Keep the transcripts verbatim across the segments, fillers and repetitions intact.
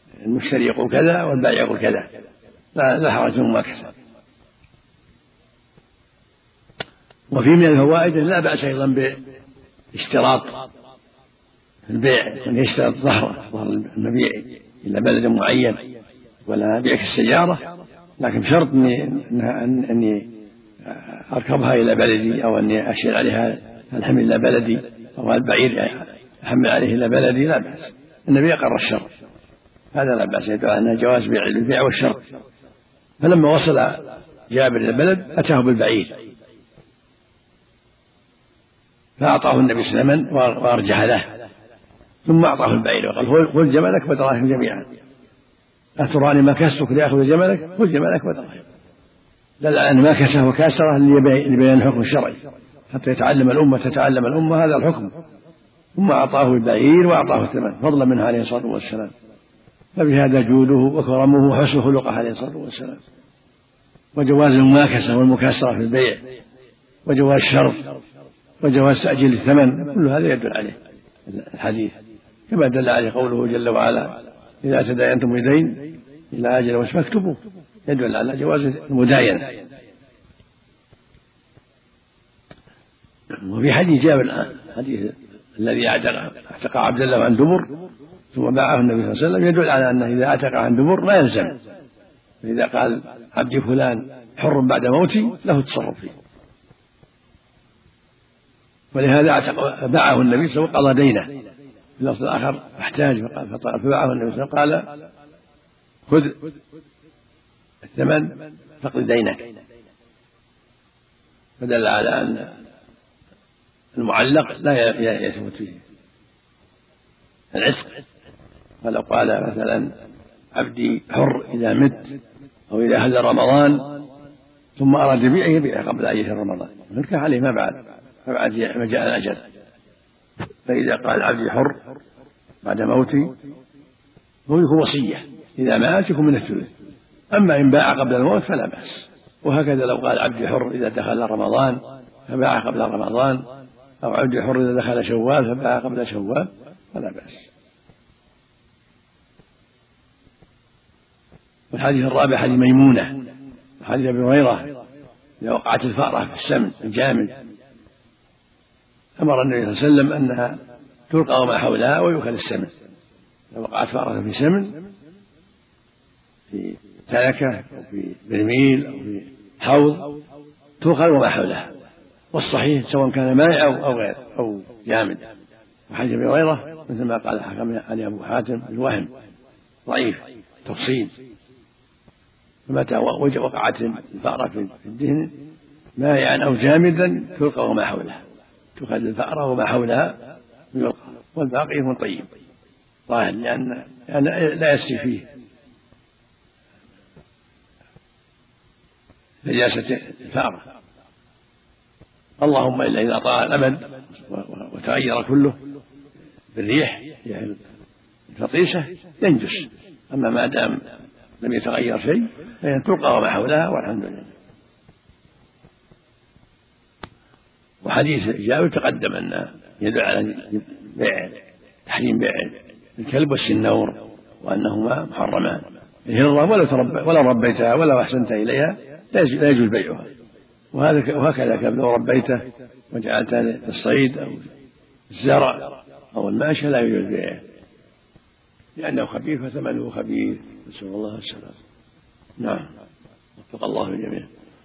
المشتري يقول كذا والبائع يقول كذا، لا حرج مما كسب. وفي من الفوائد لا بأس أيضا باشتراط البيع، أن يشترط ظهر ظهر المبيع إلى بلد معين، ولا بيع السيارة لكن شرط أني أركبها إلى بلدي، أو أني أشيل عليها الحمل إلى بلدي، أو البعير أحمل عليه إلى بلدي، لا بأس. النبي أقر الشرط، هذا لا بأس، يدل على جواز بيع البيع والشرط. فلما وصل جابر إلى البلد أتاه بالبعير فأعطاه النبي صلى الله عليه وسلم وأرجح له، ثم أعطاه البعير وقال خذ جملك ودراهم جميعا، أتراني ما كسرك لأخذ جملك؟ خذ جملك ودراهم. دل على أن ما كسه وكاسره لبيان الحكم الشرعي، حتى يتعلم الأمة تتعلم الأمة هذا الحكم. ثم أعطاه البعير وأعطاه الثمن فضلا منه عليه الصلاة والسلام. فبهذا جوده وكرمه وحسن خلقه عليه الصلاة والسلام، وجواز المماكسة والمكاسرة في البيع، وجواز الشرط، وجواز تأجيل الثمن، كل هذا يدل عليه الحديث، كما دل عليه قوله جل وعلا إذا تداينتم بدين إلى أجل مسمى فاكتبوه، يدل على جواز المداينة. وفي حديث جابر حديث الذي اعتق عبد الله عن دبر ثم باعه النبي صلى الله عليه وسلم يدل على أنه إذا اعتق عن دبر لا يلزم، فإذا قال عبد فلان حر بعد موتي له التصرف فيه، ولهذا اعتق باعه النبي صلى الله عليه وسلم وقضى دينه. في اللفظ الآخر احتاج فباعه النبي صلى الله عليه وسلم قال خذ الثمن فاقض دينك، فدل على أن المعلق لا يثبت فيه العتق. ولو قال مثلا عبدي حر إذا مت أو إذا هل رمضان ثم أراد بيعه يبيعه قبل أن يهل رمضان، ملك عليه ما بعد فبعد ما جاء الأجل. فإذا قال عبدي حر بعد موتي هو يكون وصية، إذا مات يكون من الثلث. أما إن باع قبل الموت فلا بأس. وهكذا لو قال عبدي حر إذا دخل رمضان فباع قبل رمضان، أو عبدي حر إذا دخل شوال فباع قبل شوال، فلا بأس. والحديث الرابع حديث ميمونة وحديث أبي هريرة إذا وقعت الفأرة في السمن الجامد أمر النبي صلى الله عليه وسلم أنها تلقى ما حولها ويؤكل السمن. إذا وقعت فأرة في سمن في تلكة أو في برميل أو في حوض تؤكل وما حولها، والصحيح سواء كان مائع أو غير أو جامد. وحديث أبي هريرة مثل ما قال حكم علي أبو حاتم الوهم ضعيف تفصيل، فمتى وقعت الفأرة في الدهن مائعا أو جامدا تلقى وما حولها، تؤخذ الفأرة وما حولها يلقى، والباقي يكون طيب طاهر، لأن لا يسري فيه نجاسة الفأرة، اللهم إلا إذا طال الأبد وتغير كله بالريح يعني الفطيسة ينجس، أما ما دام لم يتغير شيء فهي تلقى وما حولها والحمد لله. وحديث جابر تقدم أن يدل على بيع تحريم بيع الكلب والسنور وأنهما محرمان، الهرة ولو تربى ولا ربيتها ولا أحسنت إليها لا يجوز بيعها، وهكذا كان لو ربيته وجعلته للصيد أو الزرع أو الماشية لا يجوز بيعه لأنه خبيث وثمنه خبيث، نسأل الله السلامة. نعم، وفق الله الجميع.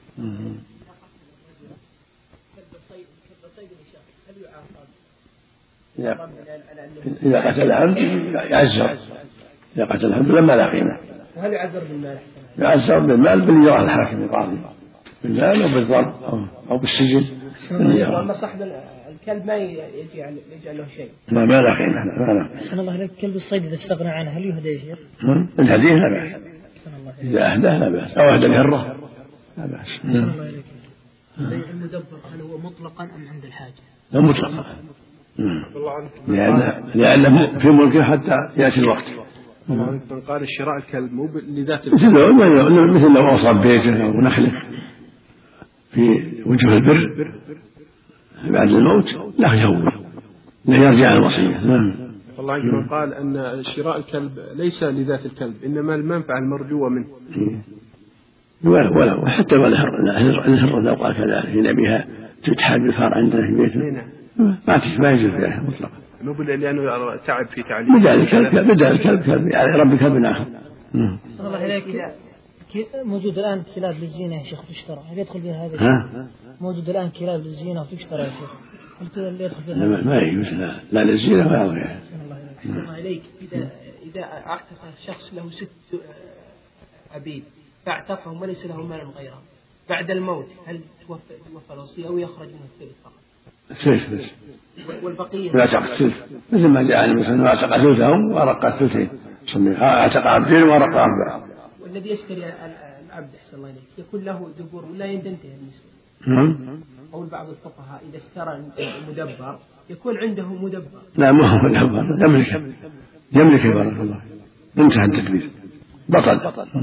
إذا قتل عمد يعزر، إذا قتل عمد لما لا قيمة. وهل يعزر بالمال؟ يعزر بالمال باللي يراه الحاكم القاضي، بالمال أو بالضرب أو بالسجن. وأما صاحب الكلب ما يجعل له شيء. ما ما لا قيمة. ما أحسن الله إليك، كلب الصيد إذا استغنى عنه هل يهدى يا شيخ؟ الهديه لا بأس، إذا أهداه لا بأس، أو أهدى الهرة لا بأس. أحسن الله إليك، بيع المدبر هل هو مطلقا أم عند الحاجة؟ لا مطلقا، لأن لأن في ملكه حتى يأتي الوقت. من قال الشراء الكلب مو لذات مثل لو أوصى بيته أو نخله في وجه البر بعد الموت لا يهوي لا يرجع الوصية. نعم. الله عنه قال أن شراء الكلب ليس لذات الكلب إنما المنفعة المرجوة منه. ولا وحتى ولا الهرة لو قال كذلك إذا بها تتحاد بالفار عندنا في بيته ما ما يجوز فيها مطلقا. نقول لأنه تعب في تعليم. بدأ الكلب بدأ الكلب كلب يعني رب كلب آخر. الله عليك موجود الآن كلاب للزينة يا شيخ تشترى هل يدخل بها هذا؟ ها؟ موجود الآن كلاب للزينة وتشترى يا شيخ هل يدخل بها؟ ما, ما يجوز لا لا للزينة ولا غيرها. الله عليك إذا إذا اعتق شخص له ست عبيد فاعتقهم وليس له مال غيرهم بعد الموت هل توفى توفى الوصية أو يخرج من الثلث فقط؟ الثلث بس. والبقية يعتق الثلث مثل ما جاء عن مثلا اعتق ثلثهم ورق الثلثين اعتق عبدين ورق أربعة. والذي يشتري العبد أحسن الله إليك يكون له دبور ولا ينتهي المسلم. نعم. أو بعض الفقهاء إذا اشترى مدبر يكون عنده مدبر. لا ما هو مدبر يملك يملك بارك الله انتهى التدبير بطل.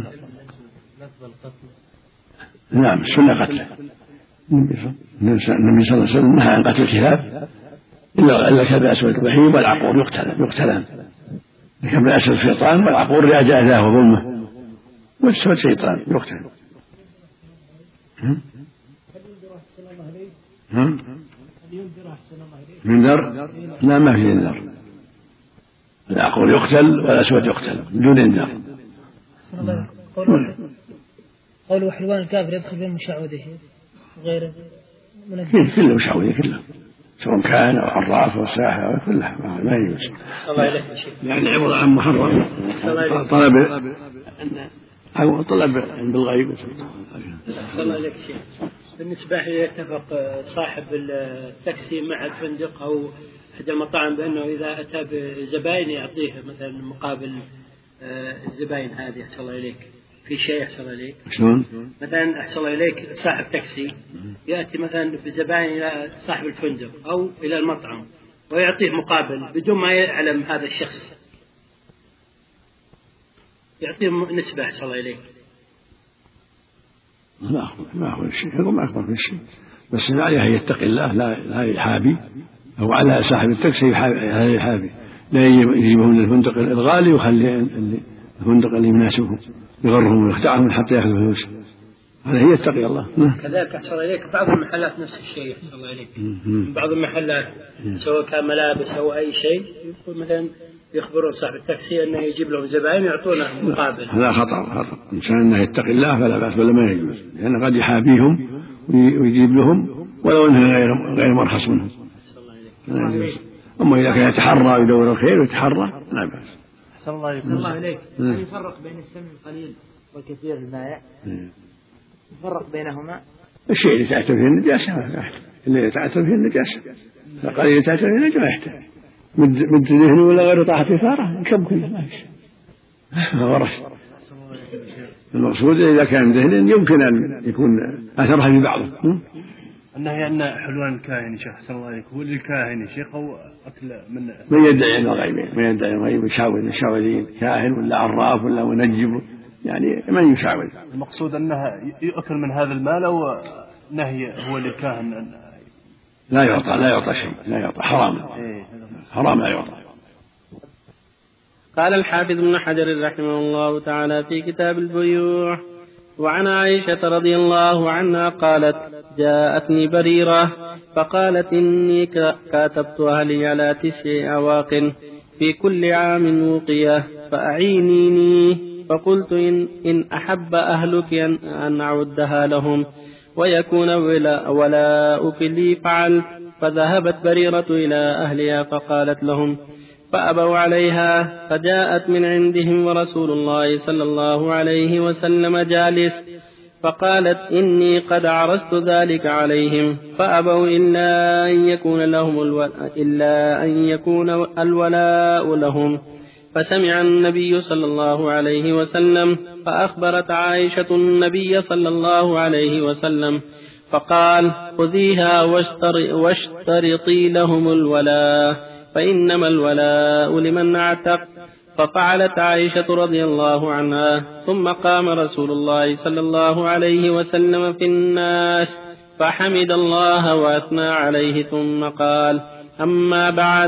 نعم السنة قتله. النبي صلى الله عليه وسلم نهى عن قتل الكلاب إلا الكلب الأسود البهيم والعقور يقتلان يقتلان. الكلب الأسود شيطان والعقور لأجل أذاه وظلمه والسود شيطان يقتل. من ذر؟ لا ما في ذر. العقور يقتل والأسود يقتل بدون انذار. قولوا حلوان الكافر يدخل في المشعوذة غيره كله مشعوذة كله سواء كان أو عراف أو ساحر أو كله ما يجوز. يعني عبارة عن محرم طلب أو طلب بالغيب. الله عليك شيخ بالنسبة لي يتفق صاحب التاكسي مع الفندق أو أحد المطاعم بأنه إذا أتى بزبائن يعطيه مثلا مقابل الزبائن هذه أحسن الله إليك في شيء أحسن الله إليك شلون؟ مثلا أحسن الله إليك صاحب تاكسي يأتي مثلا بزبائن إلى صاحب الفندق أو إلى المطعم ويعطيه مقابل بدون ما يعلم هذا الشخص يعطيه نسبة أحسن الله إليك. لا ما هو الشيء هذا ما أكبر من الشيء بس عليه يتقي الله لا لا يحابي أو على صاحب التاكسي يحابي لا يجيبه من الفندق الغالي ويخلي الفندق اللي يناسبه يغرهم ويخدعهم حتى يأخذ فلوس عليه يتقي الله. كذلك أحسن إليك بعض المحلات نفس الشيء أحسن الله إليك بعض المحلات سواء كان ملابس أو أي شيء يقول مثلا يخبرون صاحب التاكسي أنه يجيب لهم زبائن يعطونه مقابل. هذا خطأ خطأ إنسان أنه يتقي الله فلا بأس ولا ما يجوز لأنه قد يحابيهم ويجيب لهم ولو أنه غير غير مرخص منهم. أما إذا كان يتحرى ويدور الخير ويتحرى لا بأس. أحسن الله عليك. الله عليك. هل يفرق بين السمن القليل والكثير المائع؟ يفرق بينهما؟ الشيء اللي تعتبر فيه النجاسة اللي تعتبر فيه النجاسة القليل اللي تعتبر فيه النجاسة ما يحتاج مد ذهن ولا غير طاعة إثارة يكب كله ما يشاء ما ورث. المقصود إذا كان ذهن يمكن أن يكون أثرها في بعضه. النهي أن حلوان الكاهن شيخ أحسن الله عليك هو للكاهن شيخ أو أكل من من يدعي أنه غيب من يدعي أنه غيب يشاور مشاورين كاهن ولا عراف ولا منجم يعني من يشاور. المقصود أنها يؤكل من هذا المال أو نهي هو للكاهن لا يعطى لا يعطى شيء لا يعطى حرام حرام لا يعطى. قال الحافظ ابن حجر رحمه الله تعالى في كتاب البيوع وعن عائشة رضي الله عنها قالت جاءتني بريرة فقالت إني كاتبت أهلي على تسع أواق في كل عام وقية فأعينيني فقلت إن, إن أحب أهلك أن أعدها لهم ويكون ولاؤك لي فعلت. فذهبت بريرة إلى أهلها فقالت لهم فأبوا عليها فجاءت من عندهم ورسول الله صلى الله عليه وسلم جالس فقالت إني قد عرضت ذلك عليهم فأبوا إلا أن يكون لهم الولاء إلا أن يكون الولاء لهم. فسمع النبي صلى الله عليه وسلم فأخبرت عائشة النبي صلى الله عليه وسلم فقال خذيها واشترطي لهم الولاء فإنما الولاء لمن اعتق. ففعلت عائشة رضي الله عنها ثم قام رسول الله صلى الله عليه وسلم في الناس فحمد الله وأثنى عليه ثم قال أما بعد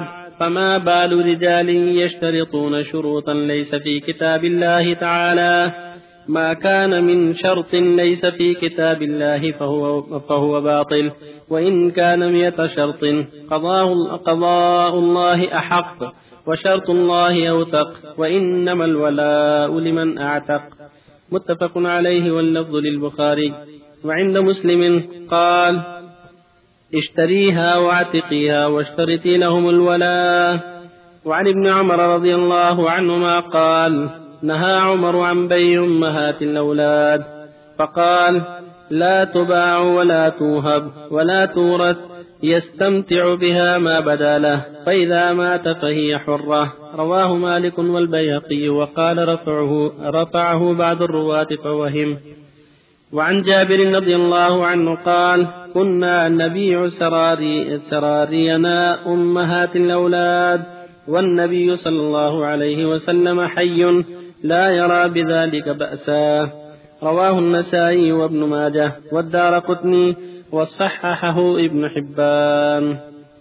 فما بال رجال يشترطون شروطا ليس في كتاب الله تعالى؟ ما كان من شرط ليس في كتاب الله فهو, فهو باطل، وإن كان مئة شرط قضاء, قضاء الله أحق، وشرط الله أوثق، وإنما الولاء لمن أعتق. متفق عليه واللفظ للبخاري. وعند مسلم قال: اشتريها واعتقيها واشترطي لهم الولاء. وعن ابن عمر رضي الله عنهما قال: نهى عمر عن بيع أمهات الأولاد، فقال: لا تباع ولا توهب ولا تورث، يستمتع بها ما بدا له، فإذا مات فهي حرة. رواه مالك والبيهقي، وقال رفعه, رفعه بعض الرواة فوهم. وعن جابر رضي الله عنه قال: كنا نبيع سراري سرارينا أمهات الأولاد، والنبي صلى الله عليه وسلم حي لا يرى بذلك بأسا. رواه النسائي وابن ماجه والدارقطني، وصححه ابن حبان.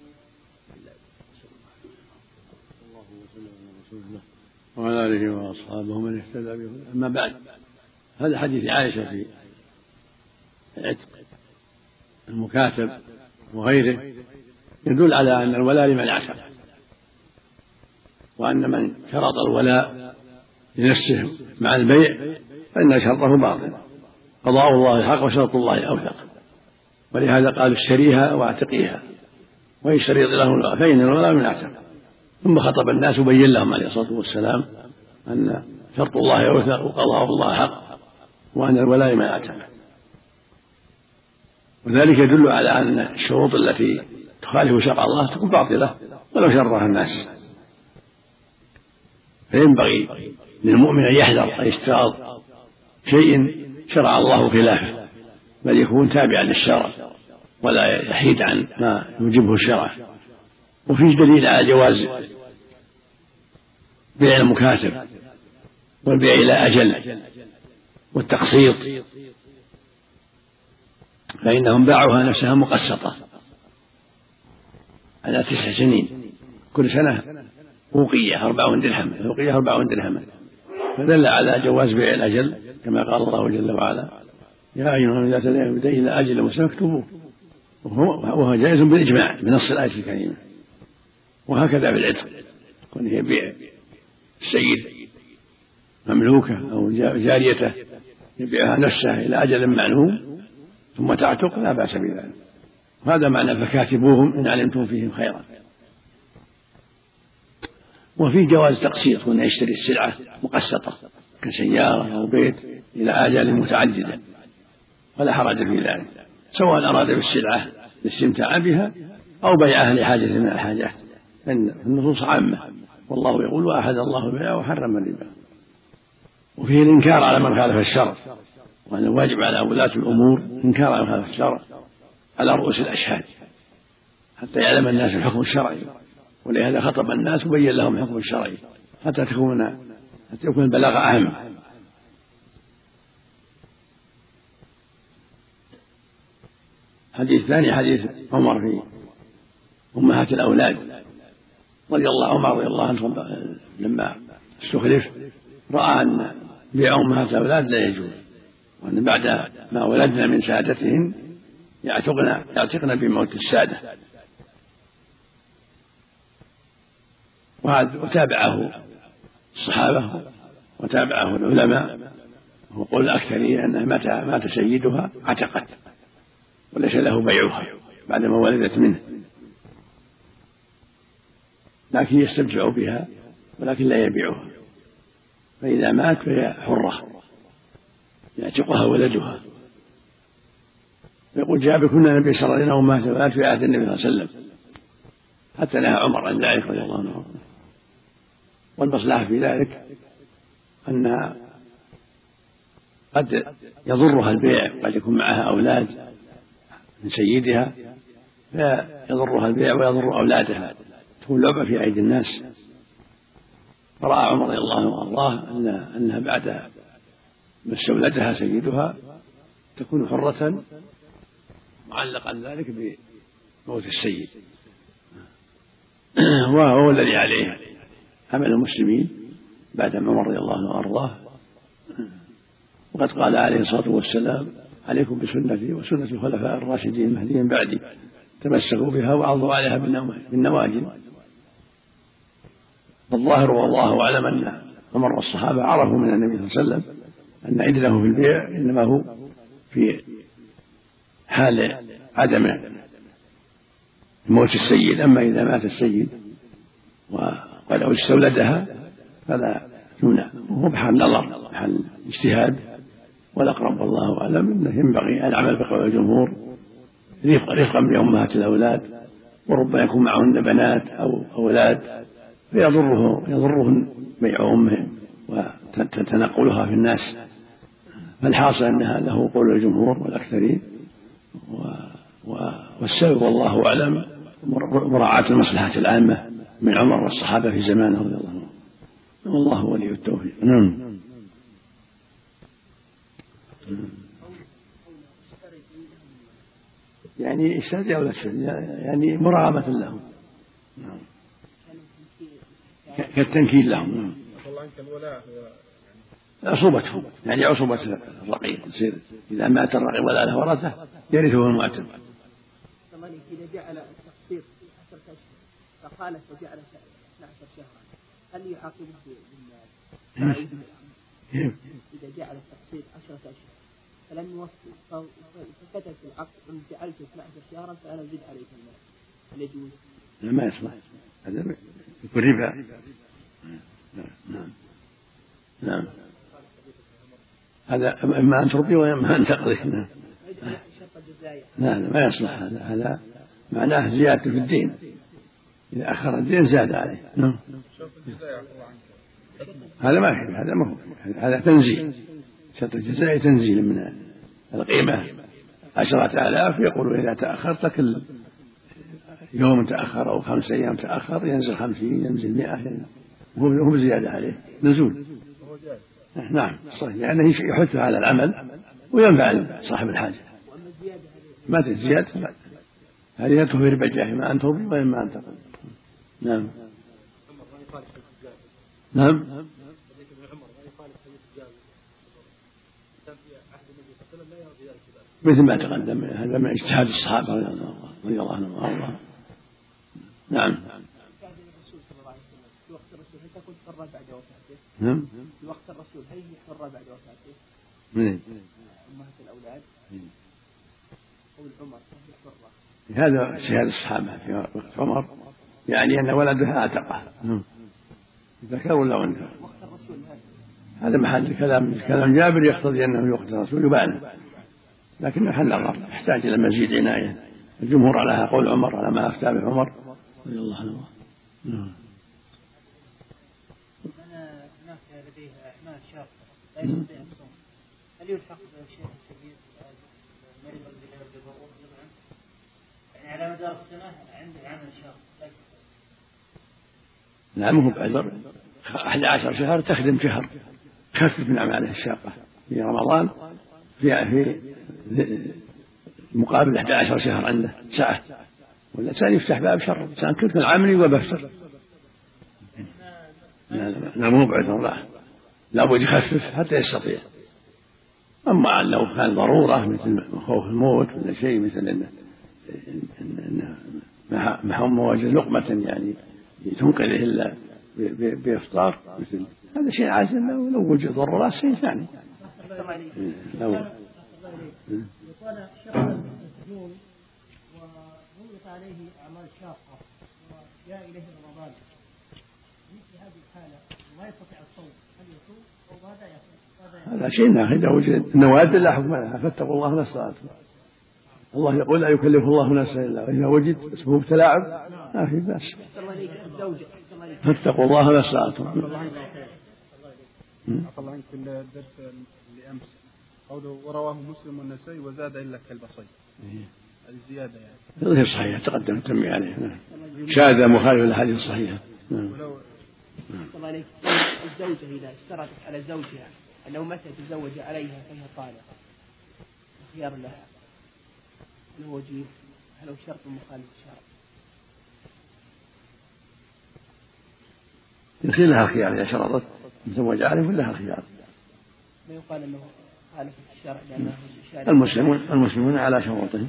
وعلى آله وأصحابه من اهتدى به. أما بعد، هذا حديث عائشة في العتق المكاتب وغيره يدل على أن الولاء لمن اعتق، وأن من شرط الولاء لنفسه مع البيع فإن شرطه باطل، قضاء الله حق وشرط الله أوثق. ولهذا قال: اشتريها واعتقيها، ويشترط له فإن الولاء من اعتق. ثم خطب الناس وبين لهم عليه الصلاة والسلام أن شرط الله أوثق وقضاء الله حق، وأن الولاء من اعتق. وذلك يدل على أن الشروط التي تخالف شرع الله تكون باطلة ولو شرها الناس. فينبغي للمؤمن أن يحذر أن يشترط شيء شرع الله خلافه، بل يكون تابعا للشرع ولا يحيد عن ما يوجبه الشرع. وفيه دليل على جواز بيع المكاتب والبيع إلى أجل والتقسيط، فإنهم باعوها نفسها مقسطة على تسع سنين، كل سنة أوقية أربعون درهم، أوقية أربعون درهم، فدل على جواز بيع الأجل كما قال الله جل وعلا: يا أيها الذين آمنوا إذا إلى أجل مسمى اكتبوه، وهو جائز بالإجماع بنص الآية الكريمة. وهكذا بالعتق، كون يبيع السيد مملوكة أو جاريته يبيعها نفسه إلى أجل معلوم ثم تعتق لا بأس بذلك. هذا معنى فكاتبوهم إن علمتم فيهم خيرا. وفي جواز تقسيط، كون يشتري السلعة مقسطة كسيارة أو بيت إلى آجال متعددة، ولا حرج في ذلك، سواء أراد بالسلعة الاستمتاع بها أو بيعها لحاجة من الحاجات، لأن النصوص عامة، والله يقول: وأحل الله البيع وحرم الربا. وفيه الإنكار على من خالف الشرع، وأن الواجب على ولاة الأمور إنكار على من خالف الشرع على رؤوس الأشهاد حتى يعلم الناس الحكم الشرعي. ولهذا خطب الناس وبين لهم الحكم الشرعي حتى تكون حتى يكون البلاغ أهم. حديث ثاني حديث عمر في أمهات الأولاد رضي الله عمر رضي الله عنه لما استخلف رأى أن بيع أمهات الأولاد لا يجوز، وأن بعد ما ولدنا من سادتهن يعتقن يعتقن بموت السادة. وتابعه الصحابة وتابعه العلماء، وقول الأكثرين أنها متى مات سيدها عتقت وليس له بيعها بعدما ولدت منه، لكن يستمتع بها ولكن لا يبيعها، فإذا مات فهي حرة يعتقها ولدها. يقول جابر: كنا النبي صلى الله عليه وسلم أمهات الأولاد في عهد النبي صلى الله عليه وسلم، حتى نهى عمر عن ذلك رضي الله عنه. والمصلحة في ذلك أن قد يضرها البيع، قد يكون معها أولاد من سيدها فيضرها البيع ويضر أولادها، تكون لعبة في أيدي الناس. فرأى عمر رضي الله عنه وأرضاه أنها بعد ما استولدها سيدها تكون حرة، معلقا ذلك بموت السيد. وهو الذي عليه عمل المسلمين بعد عمر رضي الله عنه وأرضاه. وقد قال عليه الصلاة والسلام: عليكم بسنتي وسنة الخلفاء الراشدين المهديين بعدي، تمسكوا بها وعضوا عليها بالنواجذ. فالظاهر والله أعلم أن عمر والصحابة عرفوا من النبي صلى الله عليه وسلم أن عدله في البيع إنما هو في حال عدم موت السيد. أما إذا مات السيد ولو استولدها فلا يمنع، وهو بحال نظر بحال اجتهاد. والأقرب والله أعلم أنه ينبغي العمل بقول الجمهور رفقا بأمهات الأولاد، وربما يكون معهن بنات أو أولاد فيضره يضرهن بيع أمهم وتنقلها في الناس. فالحاصل أنها له قول الجمهور والأكثرين، والسبب والله أعلم مراعاة المصلحة العامة من عمر والصحابة في زمانه رضي الله عنهم، والله ولي التوفيق. نعم. يعني اشتري أو لا تشتري، يعني مراعاة لهم، كالتنكيل لهم. عصوبتهم، يعني عصوبة الرقيق تصير إذا مات الرقيق ولا له ورثة يرثه المعتق. إذا جعل التقصير عشرة أشهر فخالف وجعل اثنا عشر شهرا هل يعاقبه بالمال؟ إذا جعل التقصير عشرة أشهر فلم يوفي فكتب في العقد أن جعلت اثنا عشر شهرا فأنا أزيد عليك المال، هل يجوز؟ لا ما يصلح، هذا يكون ربا. نعم نعم، هذا إما أن ترضي وإما أن تقضي. نعم. لا لا ما يصلح، هذا هذا معناه زيادة في الدين، إذا أخر الدين زاد عليه. نعم. هذا ما في، هذا ما هو، هذا تنزيل، شرط الجزاء تنزيل من القيمة عشرة آلاف، يقول إذا تأخرت كل يوم تأخر أو خمسة أيام تأخر ينزل خمسين ينزل مئة، هو بزيادة عليه نزول. نعم صحيح، لأنه يعني يحث على العمل وينفع صاحب الحاجة. ما تزيد هذه يدخل في ربا الجاهل، ما أن ترضي وإما أن تقضي. نعم نعم. مثل ما تقدم، هذا من اجتهاد الصحابة رضي الله عنهم وأرضاهم. نعم. في وقت الرسول هل تكون حرة بعد وفاته؟ نعم. في وقت الرسول هل هي حرة بعد وفاته؟ من؟ أمهات الأولاد. قول عمر هل هي حرة؟ هذا اجتهاد الصحابة في وقت عمر، يعني أن ولدها أعتقه. ذكر ولا أنثى؟ وقت الرسول هذا محل كلام كلام جابر يقتضي أنه وقت الرسول يبان، لكن محل نظر يحتاج إلى مزيد عناية. الجمهور على قول عمر، على ما أفتى به عمر رضي الله عنه. أنا هناك لديه أعمال شاقة لا يستطيع الصوم، هل يلحق بالشيخ الكبير المريض الذي يضره يعني على مدار السنة عنده عمل شاق لا يستطيع؟ نعم هو بعذر، أحد عشر شهر تخدم شهر، خفف من أعماله الشاقة في رمضان في في مقابل أحد عشر شهر عنده ساعة، والإنسان يفتح باب شر، الإنسان كل العمل وبشر. نعم مو بعذر، لا لابد يخفف حتى يستطيع. أما لو كان ضرورة مثل خوف الموت ولا شيء، مثل أنه محمد وجه لقمة يعني تنقذه إلا بإفطار، مثل هذا شيء عازل. لو وجد ضرورة شيء ثاني. لو وكان شخص مسجون وضغط عليه أعمال شاقة وجاء إليه رمضان، مثل هذه الحالة وما يستطيع الصوم، هل يصوم أو ماذا يفعل؟ هذا شيء ناخذ. إذا وجد النوادر لا حكم لها، فاتقوا الله ما استطعتم. الله يقول لا يكلف الله نفسا إلا وإذا وجد اسمه تلاعب ما في بأس، فاتقوا الله ما استطعتم. الله عنك الدرس اللي أمس قوله ورواه مسلم والنسائي وزاد إلا كالبصي، الزيادة يعني غير صحيح، تقدم التنبيه عليه. شاذ مخالف للحديث الصحيح. الله عليك الزوجة إذا اشترطت على زوجها أنه متى تزوج عليها فهي طالقة، خيار لها، هل هو وجيه؟ هل هو شرط مخالف الشرع؟ يصير لها الخيار إذا شرطت مزوج عليه ولها الخيار. ما يقال أنه خالف الشرع لأنه المسلمون المسلمون على شروطهم،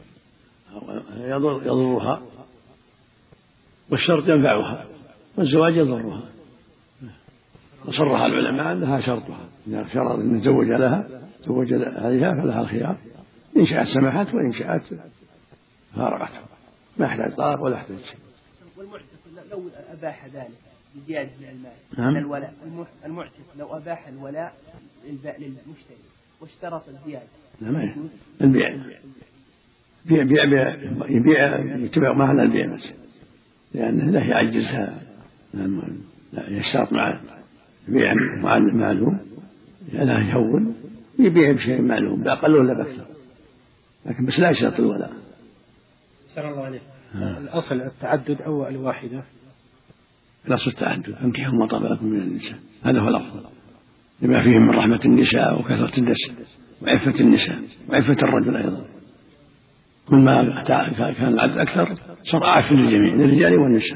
يضر يضرها والشرط ينفعها والزواج يضرها. وصرح العلماء أنها شرطها، إذا شرط أن يتزوج لها تزوج عليها فلها الخيار، إن شاءت سمحت وإن شاءت فارقته، ما يحتاج طلاق ولا يحتاج شيء. والمعتق لو أباح ذلك بزيادة من المال نعم. الولاء، المعتق لو أباح الولاء للمشتري واشترط الزيادة لا، البيع بيع بيع بيع يبيع يتبع ما على البيع بس، لأنه لا يعجزها، لا يشترط مع بيع معلوم لا يهون، يبيع بشيء معلوم بأقل ولا بأكثر، لكن بس لا يشترط الولاء. سلام الله عليك. الأصل التعدد أو الواحدة؟ الأصل التعدد، أنكحوا ما طاب لكم من النساء، هذا هو الأفضل لما فيه من رحمة النساء وكثرة النسل وعفة النساء وعفة الرجل أيضا. كل ما كان العدد أكثر صار أعف للجميع للرجال والنساء.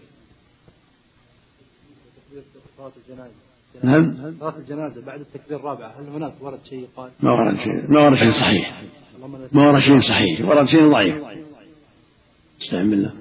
نعم. صلاة الجنازة بعد التكبير الرابعة هل هناك ورد شيء قال؟ ما ورد شيء، ما ورد شيء صحيح، ما ورد شيء صحيح، ورد شيء ضعيف. استعن بالله.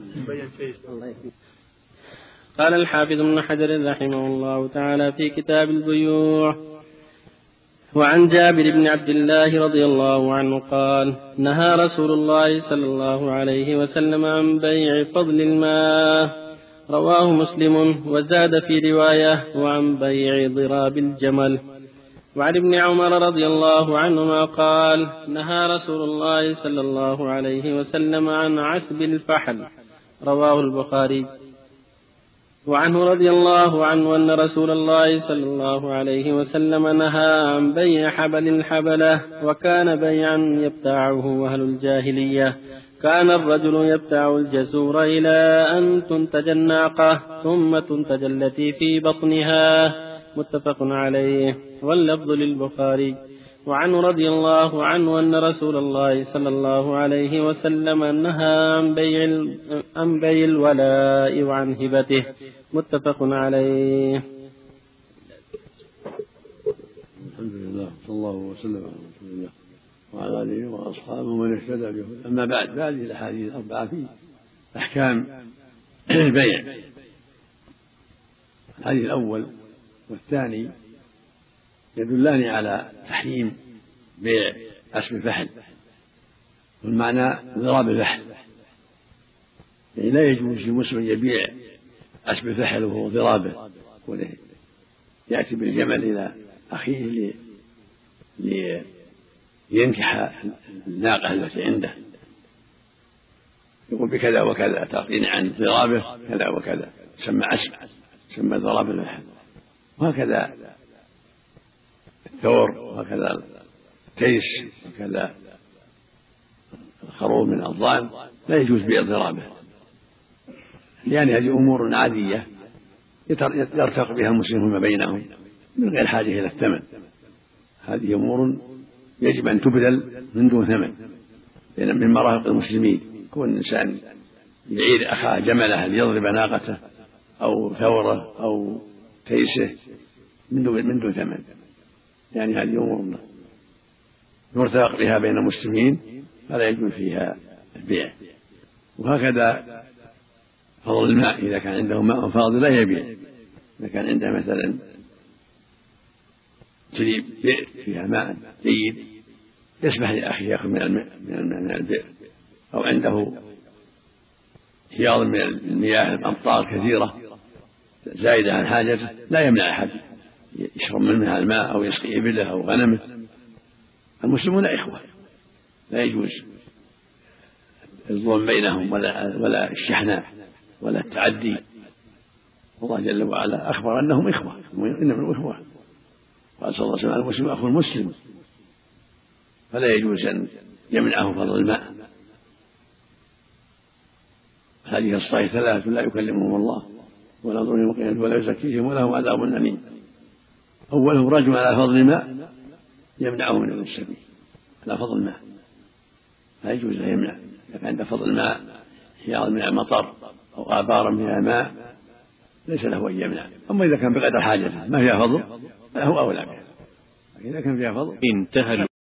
قال الحافظ ابن حجر رحمه الله تعالى في كتاب البيوع: وعن جابر بن عبد الله رضي الله عنه قال: نهى رسول الله صلى الله عليه وسلم عن بيع فضل الماء، رواه مسلم، وزاد في رواية: وعن بيع ضراب الجمل. وعن ابن عمر رضي الله عنهما قال: نهى رسول الله صلى الله عليه وسلم عن عسب الفحل، رواه البخاري. وعنه رضي الله عنه أن رسول الله صلى الله عليه وسلم نهى عن بيع حبل الحبلة، وكان بيعا يبتاعه أهل الجاهلية. كان الرجل يبتاع الجزور إلى أن تنتج الناقة ثم تنتج التي في بطنها، متفق عليه، واللفظ للبخاري. وعنه رضي الله عنه أن رسول الله صلى الله عليه وسلم نهى عن بيع عن بيع الولاء وعن هبته، متفق عليه. الحمد لله صلى الله وسلم على رسول الله وعلى آله وأصحابه ومن اهتدى به. أما بعد، فهذه الأحاديث الأربعة في أحكام البيع. الحديث الأول والثاني يدلان على تحريم بيع أسب الفحل، والمعنى ضراب الفحل، يعني لا يجوز لمسلم يبيع أسب الفحل وهو ضرابه، يأتي بالجمل إلى أخيه لينكح الناقة التي عنده، يقول بكذا وكذا تعطيني عن ضرابه كذا وكذا، سمى أسب، سمى ضراب الفحل. وهكذا الثور، وهكذا التيس، وكذا الخروف من الضأن لا يجوز بيع ضرابه، لأن هذه أمور عادية يرتق بها المسلمون ما بينهم من غير حاجة إلى الثمن. هذه أمور يجب أن تبذل من دون ثمن، لأن من مرافق المسلمين كون الإنسان يعير أخاه جمله ليضرب ناقته أو ثوره أو تيسه من دون من دون ثمن، يعني هذه أمور يرتق بها بين المسلمين فلا يجوز فيها البيع. وهكذا فضل الماء، إذا كان عنده ماء فاضل لا يبيع. إذا كان عنده مثلا تجيب بئر فيها ماء جيد يسمح لأخيه يأخذ من من البئر، أو عنده حياض من المياه الأمطار كثيرة زائدة عن حاجته لا يمنع أحد يشرب منها الماء أو يسقي إبله أو غنمه. المسلمون إخوة، لا يجوز الظلم بينهم ولا ولا الشحناء ولا التعدي. الله جل وعلا أخبر أنهم إخوة، إنهم إخوة، قال صلى الله عليه وسلم: المسلم أخو المسلم، فلا يجوز أن يمنعه فضل الماء. هذه الصلاة ثلاث لا يكلمهم الله ولا يضرهم قيامة ولا يزكيهم ولهم عذاب أليم. أولهم رجل على فضل الماء يمنعه من السبيل على فضل الماء، لا يجوز أن يمنع. إذا كان عنده فضل الماء حياض من المطر أو آبار من الماء ليس له أن يمنع. أما إذا كان بقدر حاجته ما فيها فضل فله أولى بها، لكن إذا كان فيها فضل انتهى